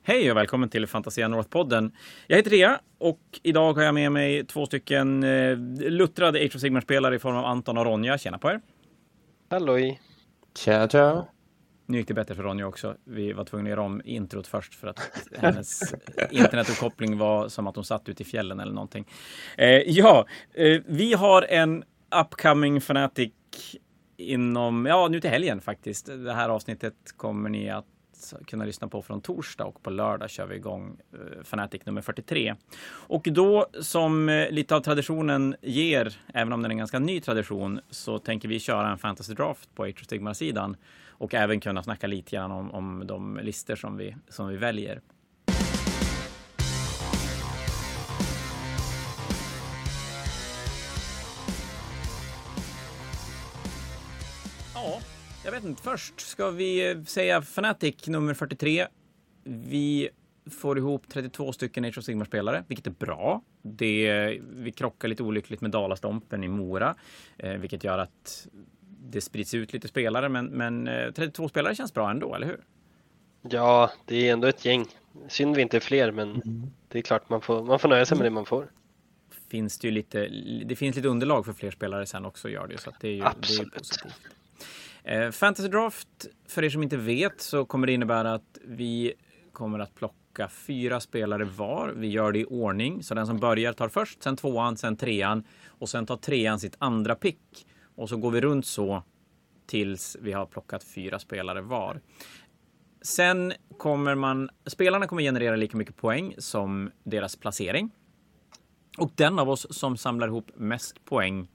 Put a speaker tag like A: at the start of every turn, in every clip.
A: Hej och välkommen till Fantasia North-podden. Jag heter Rea och idag har jag med mig 2 stycken luttrade Age of Sigmar-spelare i form av Anton och Ronja. Tjena på er.
B: Halloj.
C: Tja.
A: Nu gick det bättre för Ronja också. Vi var tvungna att göra om introt först för att hennes internetuppkoppling var som att hon satt ute i fjällen eller någonting. Vi har en upcoming Fnatic inom, nu till helgen faktiskt. Det här avsnittet kommer ni att kunna lyssna på från torsdag och på lördag kör vi igång Fnatic nummer 43. Och då som lite av traditionen ger, även om det är en ganska ny tradition, så tänker vi köra en fantasy draft på Age of Sigmar-sidan och även kunna snacka lite grann om de listor som vi väljer. Ja, jag vet inte. Först ska vi säga Fnatic nummer 43. Vi får ihop 32 stycken Age of Sigmar-spelare, vilket är bra. Vi krockar lite olyckligt med Dalastompen i Mora, vilket gör att det sprids ut lite spelare, men 32 spelare känns bra ändå, eller hur?
B: Ja, det är ändå ett gäng. Synd vi inte är fler, men det är klart man får nöja sig med det man får.
A: Det finns lite underlag för fler spelare sen också, gör det, så att det är ju positivt. Fantasy Draft, för er som inte vet, så kommer det innebära att vi kommer att plocka 4 spelare var. Vi gör det i ordning, så den som börjar tar först, sen 2:an, sen 3:an och sen tar 3:an sitt andra pick. Och så går vi runt så tills vi har plockat 4 spelare var. Sen spelarna kommer generera lika mycket poäng som deras placering. Och den av oss som samlar ihop mest poäng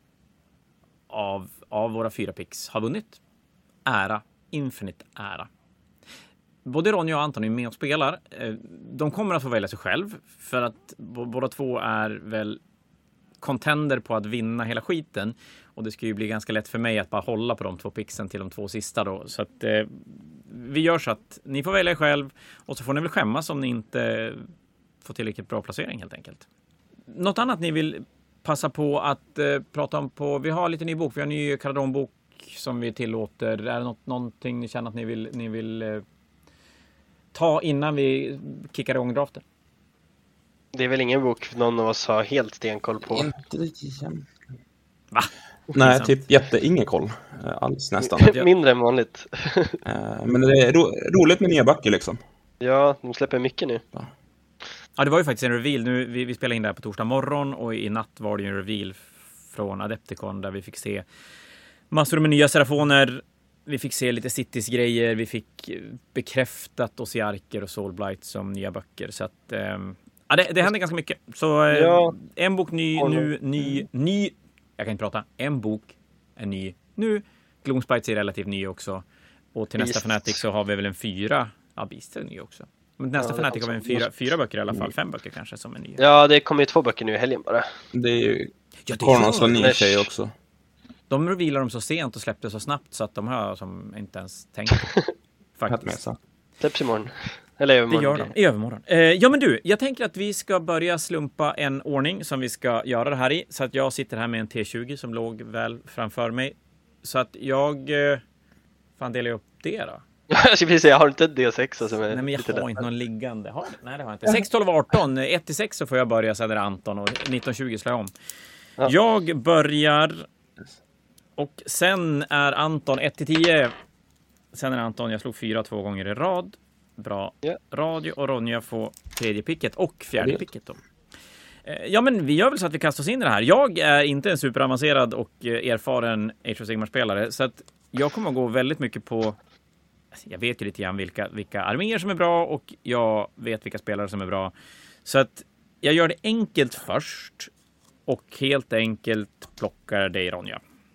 A: av våra 4 picks har vunnit. Infinite ära. Både Ronja och Anton är med och spelar. De kommer att få välja sig själv, för att båda två är väl contender på att vinna hela skiten. Och det ska ju bli ganska lätt för mig att bara hålla på de 2 picksen till de 2 sista då. Så att vi gör så att ni får välja själv, och så får ni väl skämmas om ni inte får tillräckligt bra placering helt enkelt. Något annat ni vill passa på att prata om vi har lite ny bok. Vi har en ny Caradron-bok som vi tillåter. Är det någonting ni känner att ni vill ta innan vi kickar igång draften?
B: Det är väl ingen bok någon av oss har helt stenkoll på.
C: Inte riktigt.
A: Va?
C: Nej, typ ingen koll alls nästan.
B: Mindre än vanligt.
C: Men det är roligt med nya böcker liksom.
B: Ja, de släpper mycket nu.
A: Ja, det var ju faktiskt en reveal. Nu, vi spelade in det här på torsdag morgon, och i natt var det ju en reveal från Adepticon där vi fick se massor med nya serafoner. Vi fick se lite Cities-grejer. Vi fick bekräftat Osiarker och Soulblight som nya böcker. Så att det händer ganska mycket. Så en bok ny. Jag kan inte prata. En bok är ny nu. Gloomspite är relativt ny också. Och till nästa Fnatic så har vi väl en 4. Ja, Beast är ny också. Men nästa Fnatic har vi en 4 böcker i alla fall. 5 böcker kanske som är nya.
B: Ja, det kommer ju 2 böcker nu i helgen bara.
C: Det är ju Kornos och ny tjej också.
A: De revealar dem så sent och släppte så snabbt så att de har som inte ens tänkt faktiskt.
B: Släpps imorgon. Eller övermorgon.
A: Det gör de. I övermorgon. Men du, jag tänker att vi ska börja slumpa en ordning som vi ska göra det här i. Så att jag sitter här med en T20 som låg väl framför mig. Så att jag delar upp det då.
B: Jag skulle precis säga, har du inte ett D6 som är...
A: Nej, men jag har inte någon liggande. Nej, det har jag inte. 6, 12, 18. 1-6 så får jag börja, sen är det Anton, och 19-20 slår jag om. Ja. Jag börjar, och sen är Anton 1-10. Sen är Anton, jag slog 4 2 gånger i rad. Bra radio, och Ronja får 3:e picket och 4:e picket då. Men vi gör väl så att vi kastar oss in i det här. Jag är inte en superavancerad och erfaren Age of Sigmar-spelare, så att jag kommer att gå väldigt mycket på... Jag vet ju lite grann vilka arméer som är bra, och jag vet vilka spelare som är bra. Så att jag gör det enkelt först, och helt enkelt plockar dig, Ronja.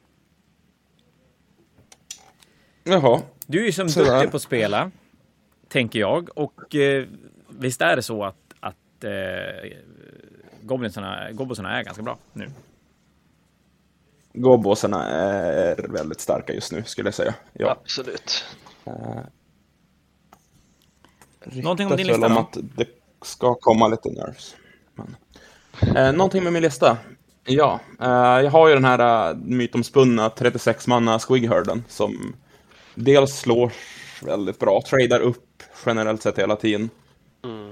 C: Jaha.
A: Du är ju som duktig på att spela, tänker jag. Och visst är det så att gobbosarna är ganska bra nu?
C: Gobbosarna är väldigt starka just nu, skulle jag säga. Ja.
B: Absolut.
A: Någonting om din lista
C: om att det ska komma lite nerves. Någonting med min lista. Ja, jag har ju den här mytomspunna 36-manna Squigherden som dels slår väldigt bra, tradar upp generellt sett hela tiden.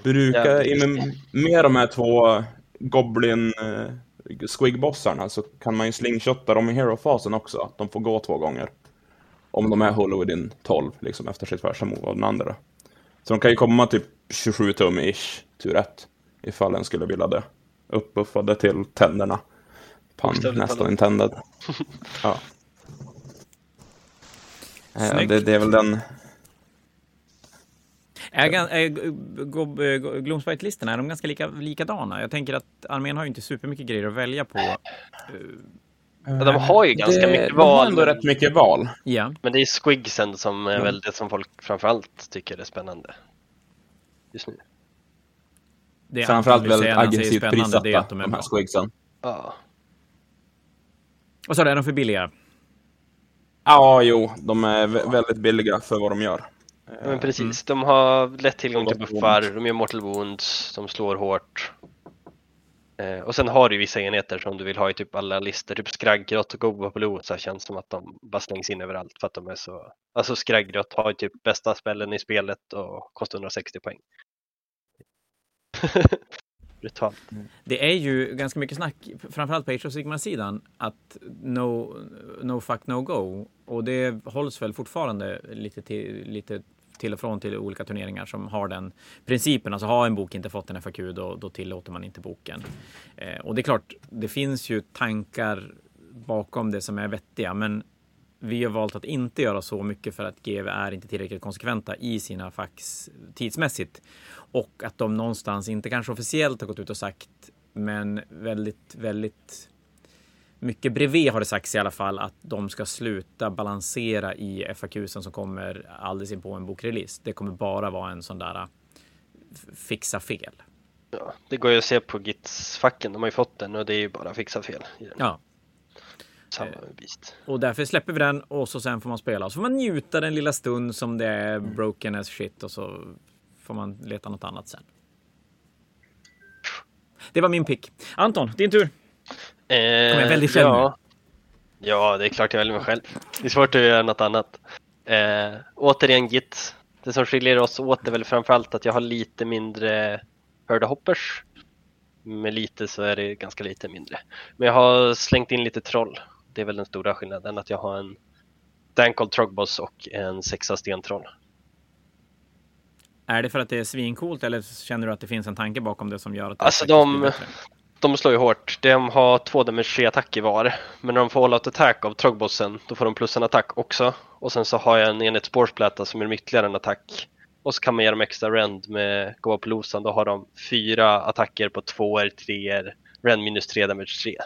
C: brukar med de här 2 Goblin Squig-bossarna så kan man ju slingshotta dem i hero-fasen också. Att de får gå 2 gånger. Om de är Hollow Within 12 liksom efter sitt första move av den andra. Så de kan ju komma typ 27 tum-ish tur 1 ifall den skulle vilja det. Uppbuffade till tänderna. Nästan intended. Ja. Det är väl den...
A: Gloomspite-listorna, är de ganska likadana? Jag tänker att armén har ju inte supermycket grejer att välja på.
B: De har ju ganska mycket val.
C: De har ändå rätt mycket val.
A: Ja.
B: Men det är Squigsen som är väl det som folk framförallt tycker är spännande just nu.
A: Det är
C: framförallt väldigt aggressivt prissatta,
A: det är att de här
C: Squigsen.
B: Ja.
A: Och så är de för billiga.
C: Ja, jo. De är väldigt billiga för vad de gör.
B: Men precis, de har lätt tillgång till buffar, de gör mortal wounds, de slår hårt. Och sen har du vissa enheter som du vill ha i typ alla listor, typ Skraggrott och Gobapaloo, så känns som att de bara slängs in överallt för att de är så... Alltså Skraggrott har ju typ bästa spellen i spelet och kostar 160 poäng. Brutalt.
A: Det är ju ganska mycket snack, framförallt på Age of Sigmar-sidan, att no fuck, no go. Och det hålls väl fortfarande lite till och från till olika turneringar som har den principen. Alltså har en bok inte fått en FAQ, då tillåter man inte boken. Och det är klart, det finns ju tankar bakom det som är vettiga, men vi har valt att inte göra så mycket för att GW är inte tillräckligt konsekventa i sina fax tidsmässigt. Och att de någonstans inte kanske officiellt har gått ut och sagt, men väldigt, väldigt mycket bredvid har det sagts i alla fall, att de ska sluta balansera i FAQsen som kommer alldeles in på en bokrelease. Det kommer bara vara en sån där fixa fel.
B: Ja, det går ju att se på Gits-facken. De har ju fått den och det är ju bara fixa fel.
A: Ja.
B: Samma beast.
A: Och därför släpper vi den och så sen får man spela. Och så får man njuta den lilla stund som det är broken as shit och så får man leta något annat sen. Det var min pick. Anton, din tur. Kommer jag väldigt själv nu?
B: Ja, det är klart jag väljer mig själv. Det är svårt att göra något annat. Återigen Git. Det som skiljer oss åt är väl framförallt att jag har lite mindre hörda hoppers. Med lite så är det ganska lite mindre. Men jag har slängt in lite troll. Det är väl den stora skillnaden, att jag har en Dankold Trogboss och en 6 stentroll.
A: Är det för att det är svincoolt eller känner du att det finns en tanke bakom det som gör att det
B: alltså de slår ju hårt. De har 2 damage attacker var. Men när de får all out attack av Trogbossen, då får de plus en attack också. Och sen så har jag en enhet spårspläta som är ytterligare en attack. Och så kan man ge dem extra rend med Gobapaloosan. Då har de 4 attacker på 2, 3, rend minus 3, damage 3.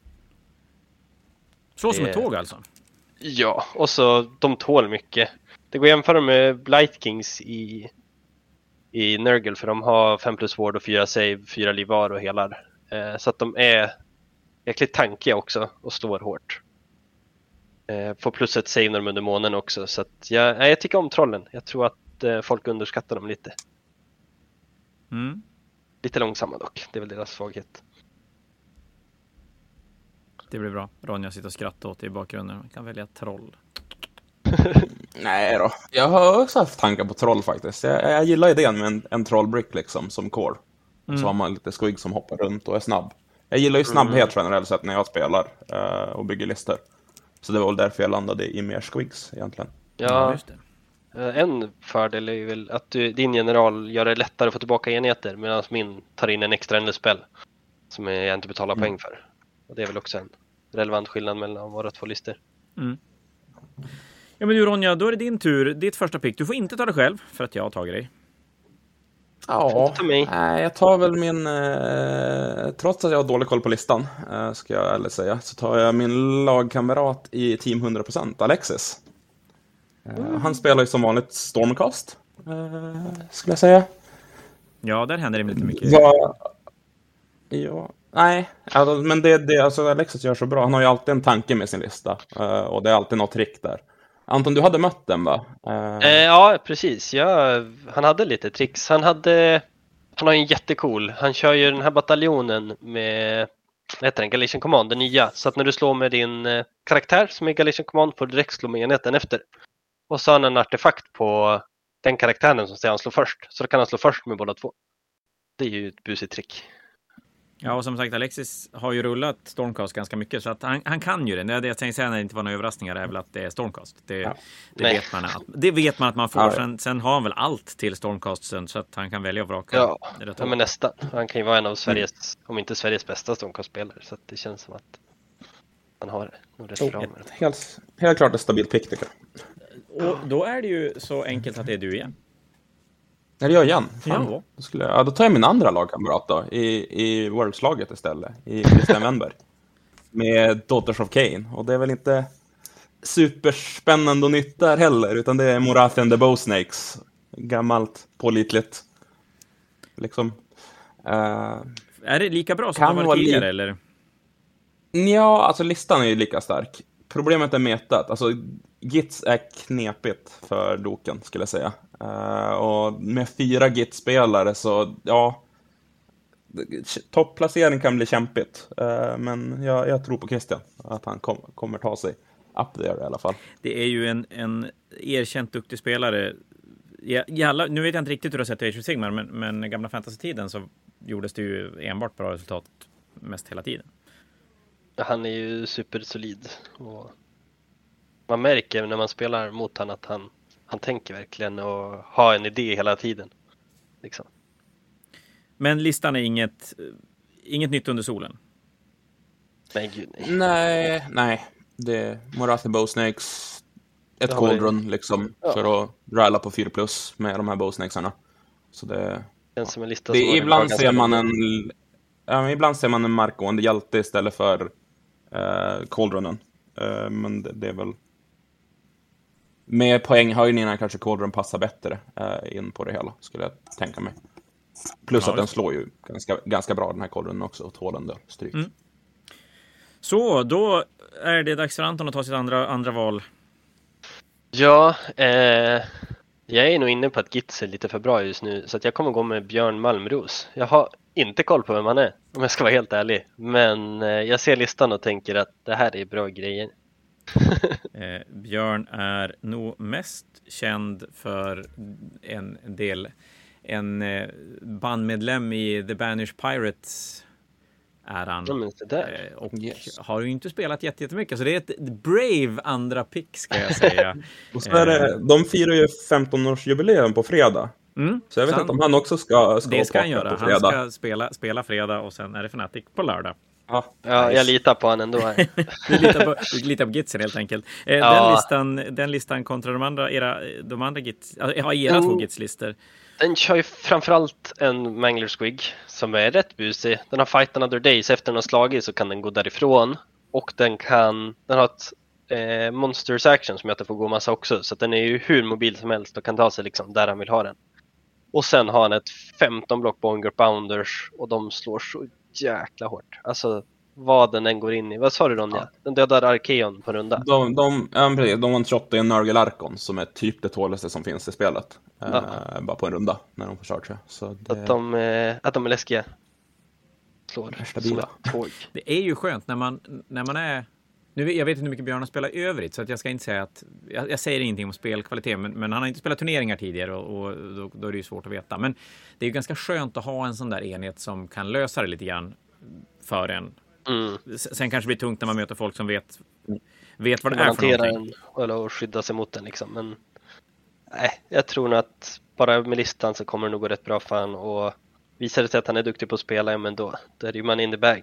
A: Så som ett tåg alltså?
B: Ja, och så de tål mycket. Det går att jämföra med Blight Kings i Nurgle, för de har 5 plus vård och 4 save, 4 liv var och helar. Så att de är jäkligt tankiga också och slår hårt. Får plus ett save när de under månen också. Så att jag tycker om trollen. Jag tror att folk underskattar dem lite. Lite långsamma dock. Det är väl deras svaghet.
A: Det blir bra. Ronja sitter och skrattar åt det i bakgrunden. Man kan välja troll.
C: Nej då. Jag har också haft tankar på troll faktiskt. Jag gillar idén med en trollbrick liksom som core. Så har man lite squig som hoppar runt och är snabb. Jag gillar ju snabbhet generellt sett när jag spelar och bygger listor. Så det var väl därför jag landade i mer squigs egentligen.
B: Ja, just det. En fördel är ju väl att din general gör det lättare att få tillbaka enheter, medan min tar in en extra ändespel som jag inte betalar poäng för. Och det är väl också en relevant skillnad mellan våra 2 listor.
A: Ja men du Ronja, då är det din tur. Ditt första pick. Du får inte ta det själv för att jag har tagit dig.
C: Ja, jag tar väl min... trots att jag har dålig koll på listan, ska jag ärligt säga, så tar jag min lagkamrat i Team 100%, Alexis. Han spelar ju som vanligt Stormcast, skulle jag säga.
A: Ja, där händer det lite mycket.
C: Ja, nej, alltså, men alltså Alexis gör så bra. Han har ju alltid en tanke med sin lista, och det är alltid något trick där. Anton, du hade mött den va?
B: Ja, precis. Han hade lite tricks. Han har en jättecool. Han kör ju den här bataljonen med Galician Command, den nya. Så att när du slår med din karaktär som är Galician Command får du direkt slå med enheten efter. Och så har han en artefakt på den karaktären som säger han slår först. Så då kan han slå först med båda 2. Det är ju ett busigt trick.
A: Ja, och som sagt, Alexis har ju rullat Stormcast ganska mycket, så att han kan ju det. Det jag tänkte säga när det inte var några överraskningar är väl att det är Stormcast. Det vet man att man får.
C: Ja.
A: Sen har han väl allt till Stormcasten, så att han kan välja och vraka.
B: Ja, men nästan. Han kan ju vara en av Sveriges, om inte Sveriges bästa Stormcast-spelare. Så att det känns som att han har nog rätt bra med det.
C: Helt klart ett stabilt pick, tycker jag.
A: Och då är det ju så enkelt att det är du igen.
C: Är det jag igen?
A: Ja.
C: Då tar jag min andra lagkamrat då, i Worlds-laget istället, i Christian Wennberg. Med Daughters of Cain. Och det är väl inte superspännande och nytt där heller, utan det är Morathi and the Bowsnakes. Gammalt, pålitligt. Liksom.
A: Är det lika bra som det var tidigare, eller?
C: Ja, alltså listan är ju lika stark. Problemet är metat. Alltså, Gits är knepigt för Doken, skulle jag säga. Och med 4 Git-spelare så, ja, topplacering kan bli kämpigt. Men jag tror på Christian, att han kommer ta sig up there i alla fall.
A: Det är ju en erkänt duktig spelare. Nu vet jag inte riktigt hur du har sett Age of Sigmar, men gamla fantasy-tiden så gjordes det ju enbart bra resultat mest hela tiden.
B: Han är ju supersolid. Och man märker när man spelar mot han att han tänker verkligen och har en idé hela tiden. Liksom.
A: Men listan är inget nytt under solen?
B: Nej, gud,
C: Nej. Det är Morathi Bowsnakes, ett Cauldron liksom, för att ralla på 4+ med de här Bowsnakesarna. Så det känns som en lista. Ibland ser man en markgående hjälte istället för Cauldronen. Men det är väl med poänghöjningarna kanske Cauldron passar bättre in på det hela, skulle jag tänka mig. Plus att den slår ju ganska bra, den här Cauldronen också, och tål den stryk.
A: Så, då är det dags för Anton att ta sitt andra val.
B: Ja, jag är nog inne på att Gits är lite för bra just nu, så att jag kommer gå med Björn Malmros. Jag har inte koll på vem han är, om jag ska vara helt ärlig. Men jag ser listan och tänker att det här är bra grejer.
A: Björn är nog mest känd för en bandmedlem i The Banished Pirates är han. Och har ju inte spelat jättemycket, så det är ett brave andra pick, ska jag säga.
C: Och så är det, de firar ju 15-årsjubileum på fredag. Så jag vet inte om han också ska
A: det ska han göra. Han ska spela fredag, och sen är det Fnatic på lördag.
B: Ja, jag litar på han ändå.
A: Du litar på Gitsen helt enkelt. Den listan kontra de andra Gits, era 2 Gits-listor.
B: Den kör ju framförallt en Mangler Squig som är rätt busig. Den har Fight Another Days, efter den har slagit så kan den gå därifrån. Och den har ett Monsters Action som gör att den får gå massa också. Så att den är ju hur mobil som helst och kan ta sig liksom där han vill ha den. Och sen har han ett 15 block Boinger Bounders, och de slår så jäkla hårt. Alltså vad den än går in i. Vad sa du, Ronja? Ja. Den dödar Arkeon på runda.
C: De har 28 i en Nurgle Arkon som är typ det tåligaste som finns i spelet. Bara på en runda när de får charge. Så det...
B: att de är läskiga. Slår
C: stabila.
A: Det är ju skönt när man är... Nu, jag vet inte hur mycket Björn har spelat i övrigt, så att jag ska inte säga att... Jag säger ingenting om spelkvalitet, men han har inte spelat turneringar tidigare, och då är det ju svårt att veta. Men det är ju ganska skönt att ha en sån där enhet som kan lösa det lite grann för en. Sen kanske det blir tungt när man möter folk som vet vad det är för någonting.
B: Eller skydda sig mot den liksom. Men jag tror nog att bara med listan så kommer det nog gå rätt bra för han. Och visar det sig att han är duktig på att spela, men då är det ju man in the bag.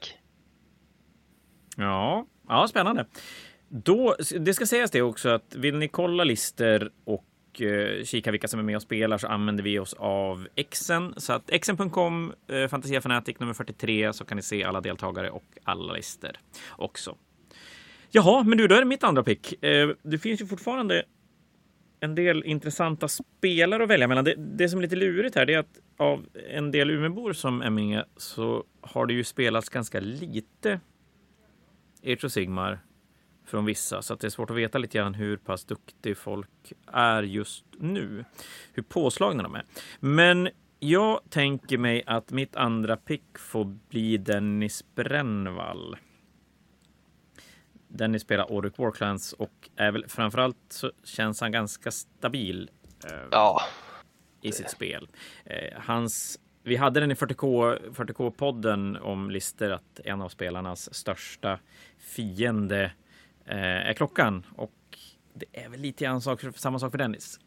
A: Ja, spännande. Det ska sägas det också, att vill ni kolla lister och kika vilka som är med och spelar, så använder vi oss av Xen. Så att xen.com, Fantasia Fnatic nummer 43, så kan ni se alla deltagare och alla lister också. Jaha, men då är det mitt andra pick. Det finns ju fortfarande en del intressanta spelare att välja mellan. Det som är lite lurigt här, det är att av en del Umeåbor som är med, så har det ju spelats ganska lite Age of Sigmar från vissa, så att det är svårt att veta lite grann hur pass duktig folk är just nu, hur påslagna de är. Men jag tänker mig att mitt andra pick får bli Dennis Brännvall. Dennis spelar Orruk Warclans och är väl framförallt, så känns han ganska stabil i sitt spel. Hans vi hade den i 40K-podden om listor att en av spelarnas största fiende är klockan. Och det är väl lite grann samma sak för Dennis.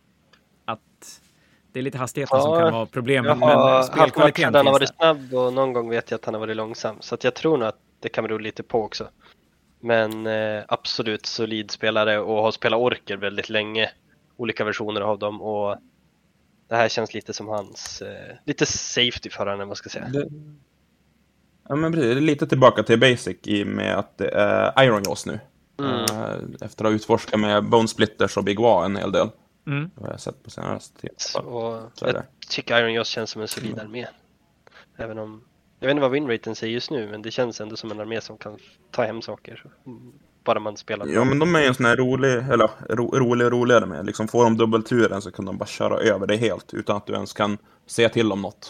A: Att det är lite hastigheten som kan vara problemet, men spelkvaliteten
B: han har
A: finns
B: varit snabb och någon gång vet jag att han har varit långsam. Så att jag tror nog att det kan bero lite på också. Men absolut solid spelare och har spelat orker väldigt länge. Olika versioner av dem och det här känns lite som hans lite safety för honom, vad ska jag säga.
C: Ja, men precis. Det är lite tillbaka till basic i med att det är Iron Jaws nu. Efter att ha utforskat med Bone Splitters och Big Wa en hel del. Det har jag sett på senaste tiden.
B: Så jag tycker Iron Jaws känns som en solid armé. Även om, jag vet inte vad winraten säger just nu, men det känns ändå som en armé som kan ta hem saker. Bara man spelar.
C: Ja, men de är ju en sån här roligare med. Liksom får de dubbelturen så kan de bara köra över det helt utan att du ens kan säga till om något.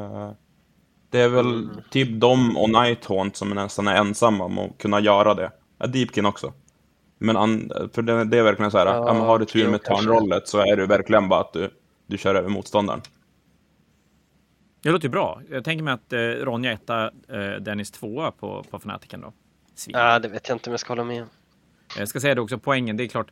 C: Det är väl typ de och Nighthaunt som nästan är ensamma om att kunna göra det. Ja, Deepkin också. Men för det är verkligen så här, har du tur med tarnrollet så är det verkligen bara att du kör över motståndaren.
A: Det låter ju bra. Jag tänker mig att Ronja 1, Dennis 2 på Fnaticen då.
B: Ja, det vet jag inte om jag ska hålla med.
A: Jag ska säga det också, poängen, det är klart,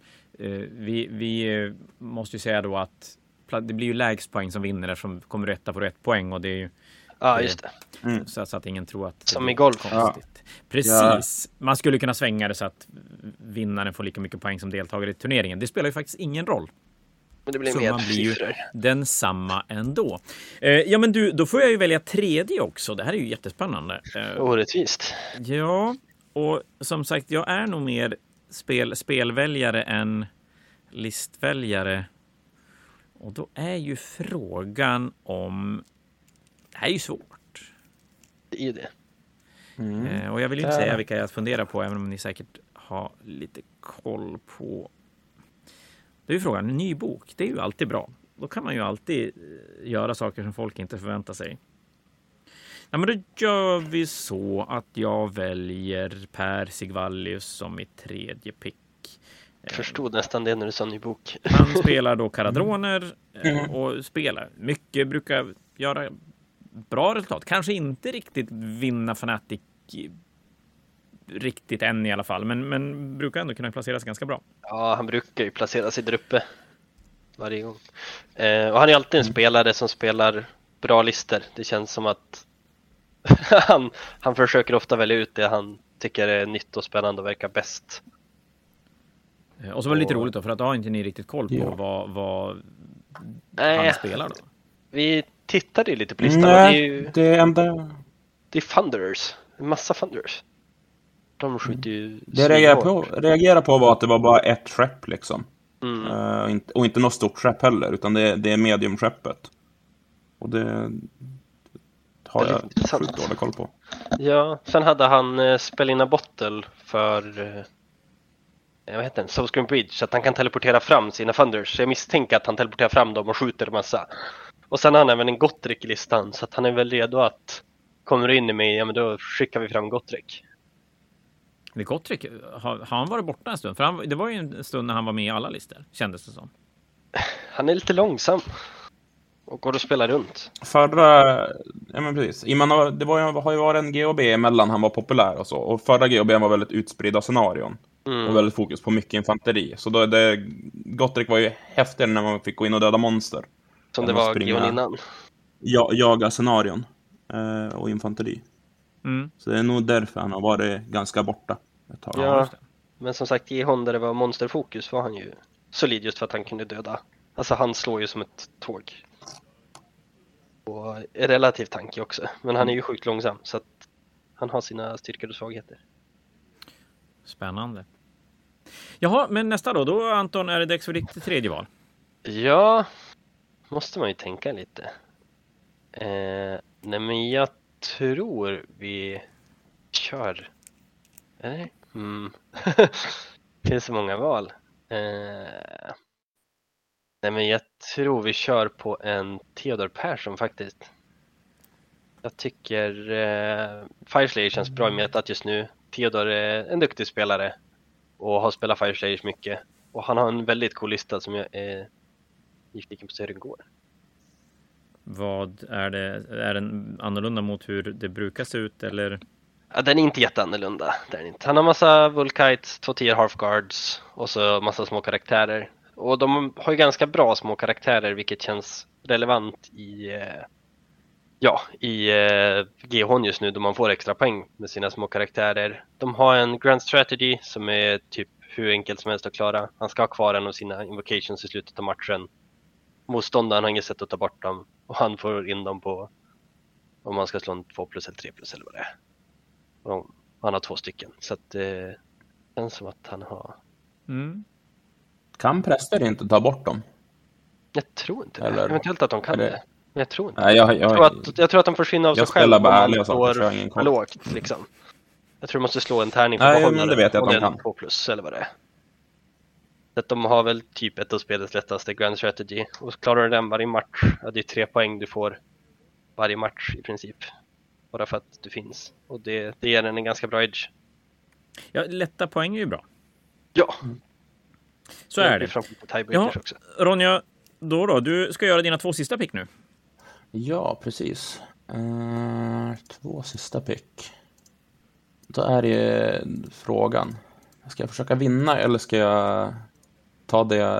A: vi måste ju säga då att det blir ju lägst poäng som vinner eftersom kommer rätta på rätt poäng och det är ju
B: just det.
A: Så att ingen tror att
B: som i golf.
A: Precis. Man skulle kunna svänga det så att vinnaren får lika mycket poäng som deltagare i turneringen. Det spelar ju faktiskt ingen roll.
B: Men det blir
A: så
B: mer
A: man blir ju densamma ändå. Ja, men då får jag ju välja tredje också. Det här är ju jättespännande.
B: Orättvist.
A: Ja, och som sagt, jag är nog mer spelväljare än listväljare. Och då är ju frågan om... Det här är ju svårt.
B: Det är ju det.
A: Och jag vill ju inte säga vilka jag funderar på, även om ni säkert har lite koll på. Det är ju frågan, en ny bok, det är ju alltid bra. Då kan man ju alltid göra saker som folk inte förväntar sig. Ja, men då gör vi så att jag väljer Per Sigvallius som mitt tredje pick.
B: Jag förstod nästan det när du sa ny bok.
A: Han spelar då Karadroner och spelar mycket, brukar göra bra resultat. Kanske inte riktigt vinna Fnatic riktigt än i alla fall, men brukar ändå kunna placeras ganska bra.
B: Ja, han brukar ju placera sig där uppe varje gång. Och han är alltid en spelare som spelar bra lister. Det känns som att han försöker ofta välja ut det han tycker är nytt och spännande och verkar bäst.
A: Och så var det lite roligt då, för att då har inte ni riktigt koll på vad han spelar då.
B: Vi tittade ju lite på listan.
C: Det är
B: Thunderers. En massa Thunderers. De skjuter ju...
C: Det jag reagerar på var att det var bara ett skepp liksom. Och inte något stort skepp heller, utan det är medium-skeppet. Och det har jag sjukt dålig koll på.
B: Ja, sen hade han Spellina Bottle för... vad heter den? Soulscream Bridge, så att han kan teleportera fram sina Thunders. Så jag misstänker att han teleporterar fram dem och skjuter en massa. Och sen har han även en Gottrick i listan, så att han är väl redo att kommer du in i mig, ja men då skickar vi fram Gottrick.
A: Det Gottrick, har han varit borta en stund? För det var ju en stund när han var med i alla listor, kändes det som.
B: Han är lite långsam och går att spela runt.
C: Ja men precis. Det har ju varit en GOB emellan han var populär och så. Och förra GOB var väldigt utspridda scenarion. Och väldigt fokus på mycket infanteri. Så då Gottrick var ju häftigare när man fick gå in och döda monster.
B: Som det var GON innan.
C: Jaga scenarion och infanteri. Så det är nog därför han har varit ganska borta ett tag.
B: Ja, men som sagt, i Honda det var monsterfokus var han ju solid just för att han kunde döda. Alltså han slår ju som ett tåg. Och är relativt tankig också. Men han är ju sjukt långsam så att han har sina styrkor och svagheter.
A: Spännande. Jaha, men nästa då Anton, är det dags för ditt tredje val?
B: Ja, måste man ju tänka lite. Nej men jag tror vi kör. Eller? Det finns så många val. Nej men jag tror vi kör på en Theodor Persson faktiskt. Jag tycker Fireslayer känns bra i metat just nu. Theodor är en duktig spelare och har spelat Fireslayers mycket. Och han har en väldigt cool lista som jag är nyfiken på hur den går.
A: Vad är det? Är den annorlunda mot hur det brukar se ut eller?
B: Ja, den är inte jätteannorlunda. Den är inte. Han har massa Vulkites, 2 tier Halfguards och så massa små karaktärer. Och de har ju ganska bra små karaktärer, vilket känns relevant i GH just nu, då man får extra poäng med sina små karaktärer. De har en Grand Strategy som är typ hur enkelt som helst att klara. Han ska ha kvar en av sina invocations i slutet av matchen. Motståndaren har inget sätt att ta bort dem och han får in dem på om man ska slå en 2+ eller 3+ eller vad det är. Och han har 2 stycken, så att det känns som att han har...
C: Kan präster inte ta bort dem?
B: Jag tror inte
C: eller...
B: det. Eventuellt att de kan det. Men jag tror inte.
C: Nej,
B: jag tror att de försvinner av sig själv om man
C: står
B: lågt liksom. Jag tror de måste slå en tärning
C: för att behålla det. Vet jag att de kan.
B: 2+ eller vad det är. Så att de har väl typ ett av spelets lättaste Grand Strategy. Och klarar du den varje match, det är 3 poäng du får varje match i princip. Bara för att du finns. Och det ger den en ganska bra edge.
A: Ja, lätta poäng är ju bra.
B: Ja.
A: Så är det. Ja, också. Ronja, då, du ska göra dina 2 sista pick nu.
C: Ja, precis. 2 sista pick. Då är det frågan. Ska jag försöka vinna eller ska jag ta det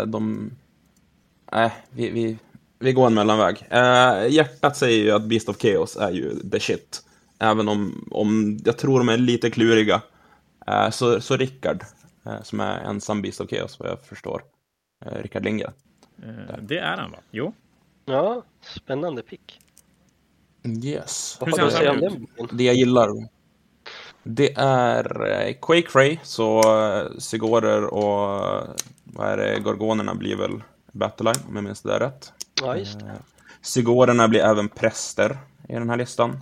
C: Nej, vi går en mellanväg. Hjärtat säger ju att Beast of Chaos är ju the shit. Även om jag tror de är lite kluriga. Så Rickard, som är ensam Beast of Chaos, vad jag förstår. Rickard Lindgren.
A: Det är han, va? Jo.
B: Ja, spännande pick.
C: Yes.
A: Hur ser han ut?
C: Det jag gillar. Det är Quake Ray, så Sigorer och Gorgonerna blir väl Battleline, om jag minns det rätt.
B: Ja, just det.
C: Sigorerna blir även präster i den här listan.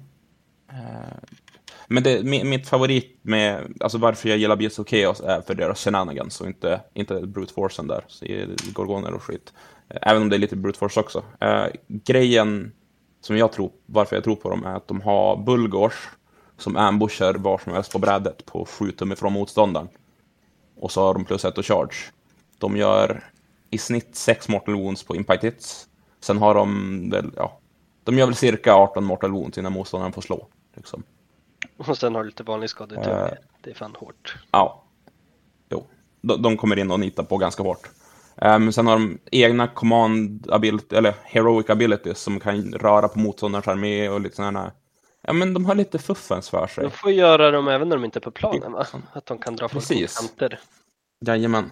C: Men mitt favorit med, alltså varför jag gillar Beast of Chaos är för deras shenanigans och inte brute forcen där, så Gorgoner och skit. Även om det är lite brute force också. Grejen som varför jag tror på dem är att de har Bulgors som ambushar var som helst på brädet på 7 tum ifrån motståndaren. Och så har de +1 och charge. De gör i snitt 6 mortal wounds på impact hits. Sen har de väl, de gör väl cirka 18 mortal wounds innan motståndaren får slå. Liksom.
B: Och sen har du lite vanlig skada. Det är fan hårt.
C: Ja. Jo. De kommer in och nitar på ganska hårt. Sen har de egna command ability, eller heroic abilities som kan röra på motståndarens armé och lite sådana. Ja, men de har lite fuffens för sig.
B: De får göra dem även när de inte är på planen, va? Att de kan dra folk på kanter.
C: Jajamän.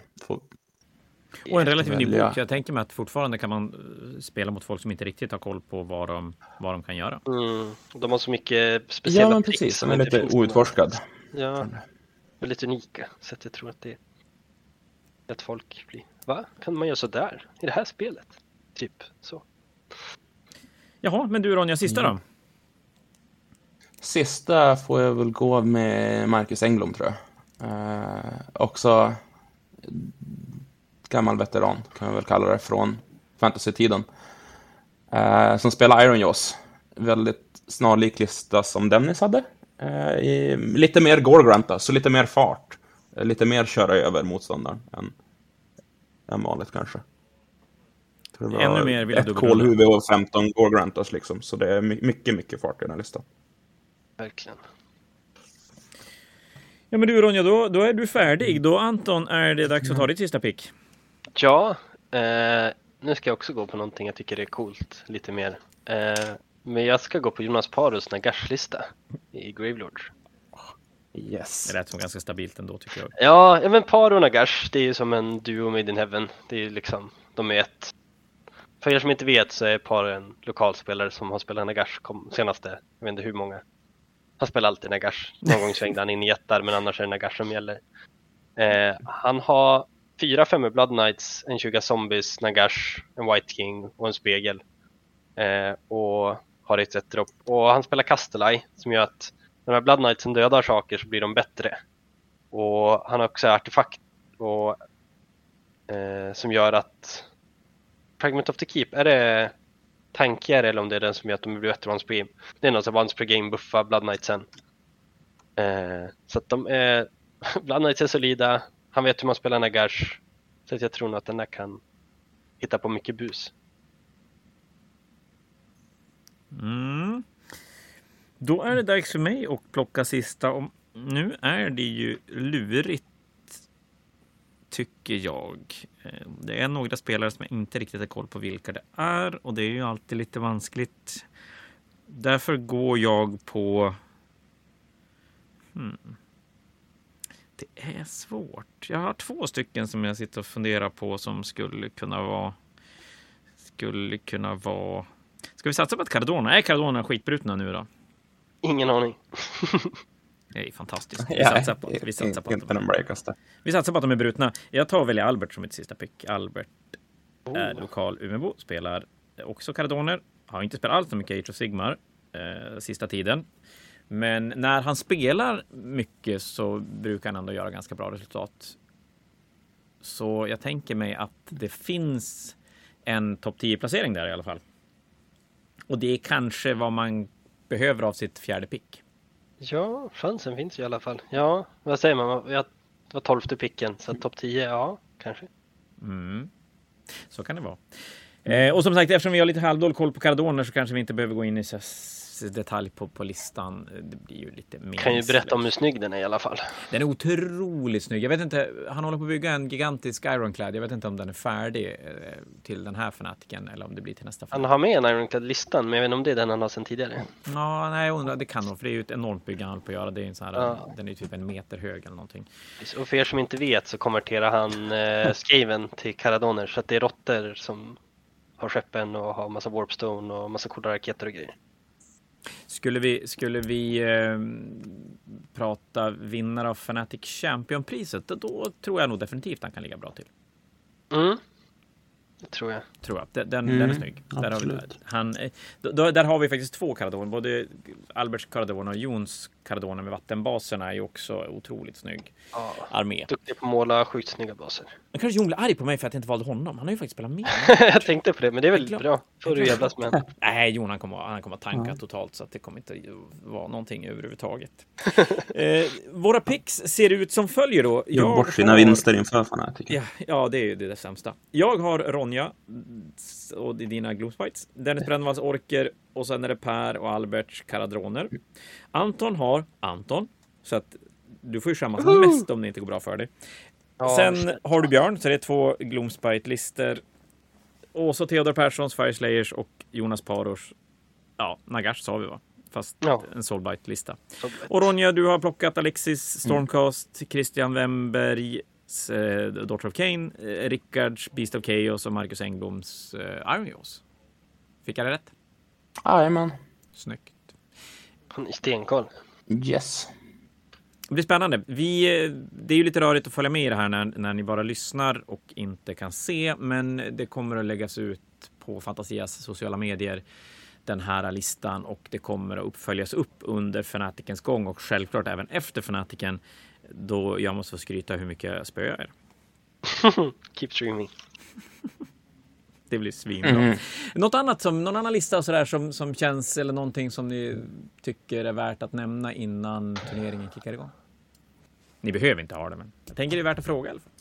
A: Och en relativt ny bok. Jag tänker mig att fortfarande kan man spela mot folk som inte riktigt har koll på vad de kan göra.
B: De har så mycket speciella
C: men precis. De är lite outforskad.
B: Ja, och lite unika. Så att jag tror att det är att folk blir... Va? Kan man göra så där i det här spelet? Typ så.
A: Jaha, men du Ronja, sista då?
C: Sista får jag väl gå med Marcus Engblom, tror jag. Också gammal veteran, kan jag väl kalla det, från fantasy-tiden. Som spelar Iron Jaws. Väldigt snarlik lista som Dennis hade. Lite mer Gorgranta, så lite mer fart. Lite mer köra över motståndaren än vanligt kanske.
A: Ännu mer vill
C: ett kolhuvud och 15 Gorgrantas liksom. Så det är mycket fart i den här listan.
B: Verkligen.
A: Ja, men du Ronja, då är du färdig. Då Anton, är det dags att ta ditt sista pick.
B: Ja, nu ska jag också gå på någonting jag tycker är coolt lite mer. Men jag ska gå på Jonas Paros Nagash-lista i Gravelord.
C: Yes.
A: Det lät som ganska stabilt ändå, tycker jag.
B: Ja, men Paro och Nagash, det är ju som en duo made in heaven. Det är ju liksom, de är ett. För er som inte vet så är Paro en lokalspelare som har spelat Nagash senaste, jag vet inte hur många. Han spelar alltid Nagash. Någon gång svängde han in i jättar, men annars är det Nagash som gäller. Han har 4-5 Blood Knights, en 20 zombies, Nagash, en White King och en spegel. Och har ett dropp. Och han spelar Kastelai som gör att när de här Blood Knightsen dödar saker så blir de bättre. Och han har också artefakt och, som gör att Fragment of the Keep, är det tankigare eller om det är den som gör att de blir bättre once per game? Det är något som once per game buffa Blood Knightsen. Så att de är Blood Knights är solida. Han vet hur man spelar Nagash. Så att jag tror nog att den där kan hitta på mycket bus.
A: Då är det dags för mig att plocka sista. Och nu är det ju lurigt, tycker jag. Det är några spelare som jag inte riktigt har koll på vilka det är. Och det är ju alltid lite vanskligt. Därför går jag på... Det är svårt. Jag har 2 stycken som jag sitter och funderar på som skulle kunna vara... Ska vi satsa på att Cardona? Är Cardona skitbrutna nu då?
B: Ingen aning.
A: Det är fantastiskt. Vi satsar på att vi satsar på att de är brutna. Jag tar väl Albert som mitt sista pick. Albert är lokal Umeåbo, spelar också Cardoner. Har inte spelat allt så mycket Age of Sigmar sista tiden. Men när han spelar mycket så brukar han ändå göra ganska bra resultat. Så jag tänker mig att det finns en topp 10-placering där i alla fall. Och det är kanske vad man behöver av sitt 4:e pick.
B: Ja, chansen finns ju i alla fall. Ja, vad säger man? Jag var 12:e picken, så topp 10, ja, kanske.
A: Så kan det vara. Och som sagt, eftersom vi har lite halvdålig koll på Cardoner så kanske vi inte behöver gå in i så detalj på listan. Det blir ju lite mer.
B: Kan ju berätta om hur snygg den är i alla fall. Den
A: är otroligt snygg. Jag vet inte, han håller på att bygga en gigantisk Ironclad. Jag vet inte om den är färdig till den här fanatiken eller om det blir till nästa.
B: Han har med en Ironclad-listan, men jag vet inte om det är den han har sedan tidigare.
A: Ja, nej, jag undrar, det kan nog, för det är ju ett enormt bygge han håller på att göra. Det är en sån här, den är ju typ 1 meter hög eller någonting.
B: Och för er som inte vet så konverterar han Skaven till Caradoner, så att det är råttor som har skeppen och har massa warpstone och massa coola raketer och grejer.
A: Skulle vi prata vinnare av Fnatic Champion-priset, då tror jag nog definitivt han kan ligga bra till.
B: Det tror jag.
A: Den är snygg. Där har vi faktiskt 2 Cardon. Både Alberts Cardon och Jons Cardon med vattenbaserna är ju också otroligt snygg armé.
B: Duktig på att måla sjukt snygga baser.
A: Men kanske Jon blir arg på mig för att jag inte valde honom. Han har ju faktiskt spelat med.
B: Jag tänkte på det, men det är väl bra. Får du jävlas med.
A: Nej, Jon han kommer tanka totalt, så att det kommer inte vara någonting överhuvudtaget. Våra picks ser ut som följer då.
C: Gör bort sina vinster inför Fnatic.
A: Ja, det är ju det sämsta. Jag har Ronja och dina Gloomspites. Dennis Brännvalls Orker, och sen är det Per och Alberts Caradroner. Anton har Anton, så att du får ju skämmas mest om det inte går bra för dig. Sen har du Björn, så det är 2 Gloomspite-lister. Och så Theodor Perssons Fireslayers och Jonas Paros Nagash sa vi, va? Fast en Soulbite-lista. Och Ronja, du har plockat Alexis Stormcast, Christian Wemberg, Daughter of Cain, Rickards Beast of Chaos och Marcus Engbloms Iron Jaws. Fick jag det rätt?
C: Jajamän.
A: Snyggt.
B: Han är stenkoll.
C: Yes.
A: Det blir spännande. Det är ju lite rörigt att följa med i det här när ni bara lyssnar och inte kan se, men det kommer att läggas ut på Fantasias sociala medier, den här listan, och det kommer att uppföljas upp under Fnaticens gång och självklart även efter Fnaticen, då jag måste få skryta hur mycket jag spöar er.
B: Keep streaming.
A: Det blir svinbra. Något annat någon annan lista och sådär som känns, eller någonting som ni tycker är värt att nämna innan turneringen kickar igång? Ni behöver inte ha det, men jag tänker det är värt att fråga i alla fall.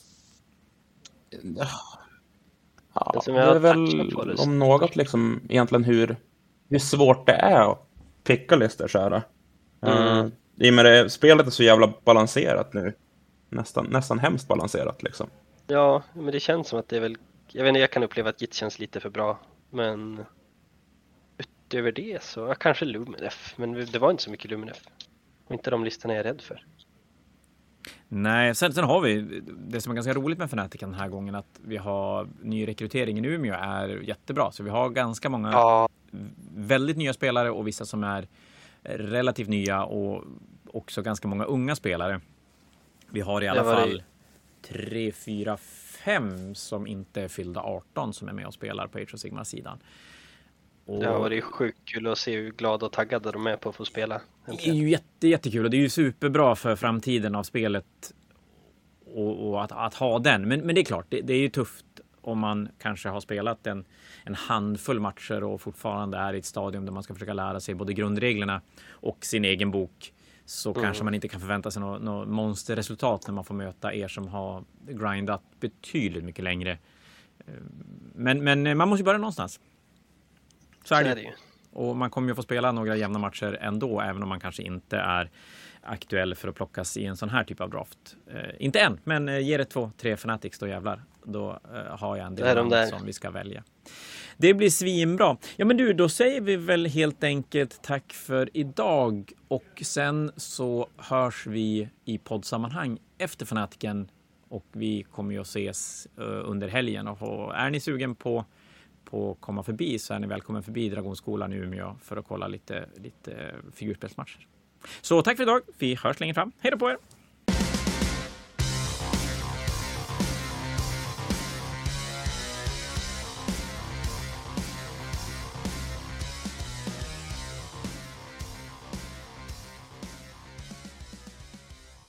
C: Ja, det är väl om något liksom egentligen hur svårt det är att picka listor så här. I och med det, spelet är så jävla balanserat nu. Nästan hemskt balanserat liksom.
B: Ja, men det känns som att det är väl, jag vet inte, jag kan uppleva att Git känns lite för bra, men utöver det så kanske Luminef, men det var inte så mycket Luminef. Och inte de listorna jag är rädd för.
A: Nej, sen har vi det som är ganska roligt med Fnatic den här gången, att vi har ny rekrytering i Umeå är jättebra. Så vi har ganska många väldigt nya spelare och vissa som är relativt nya och också ganska många unga spelare. Vi har i alla fall 3, 4, 5 som inte är fyllda 18 som är med och spelar på Age of Sigmar-sidan.
B: Det har varit sjukt kul att se hur glada och taggade de är på att få spela.
A: Det är ju jättekul och det är ju superbra för framtiden av spelet och att ha den. Men det är klart, det är ju tufft om man kanske har spelat en handfull matcher och fortfarande är i ett stadium där man ska försöka lära sig både grundreglerna och sin egen bok. Så kanske man inte kan förvänta sig något monsterresultat när man får möta er som har grindat betydligt mycket längre. Men man måste ju börja någonstans. Så är det ju. Och man kommer ju få spela några jämna matcher ändå, även om man kanske inte är aktuell för att plockas i en sån här typ av draft. Inte än, men ge det 2-3 Fanatics då jävlar. Då har jag en del som vi ska välja. Det blir svinbra. Ja men du, då säger vi väl helt enkelt tack för idag. Och sen så hörs vi i poddsammanhang efter Fanatiken. Och vi kommer ju att ses under helgen. Och är ni sugen på att komma förbi så är ni välkommen förbi Dragonskolan i Umeå för att kolla lite figurspelsmatcher. Så tack för idag. Vi hörs längre fram. Hej då på er!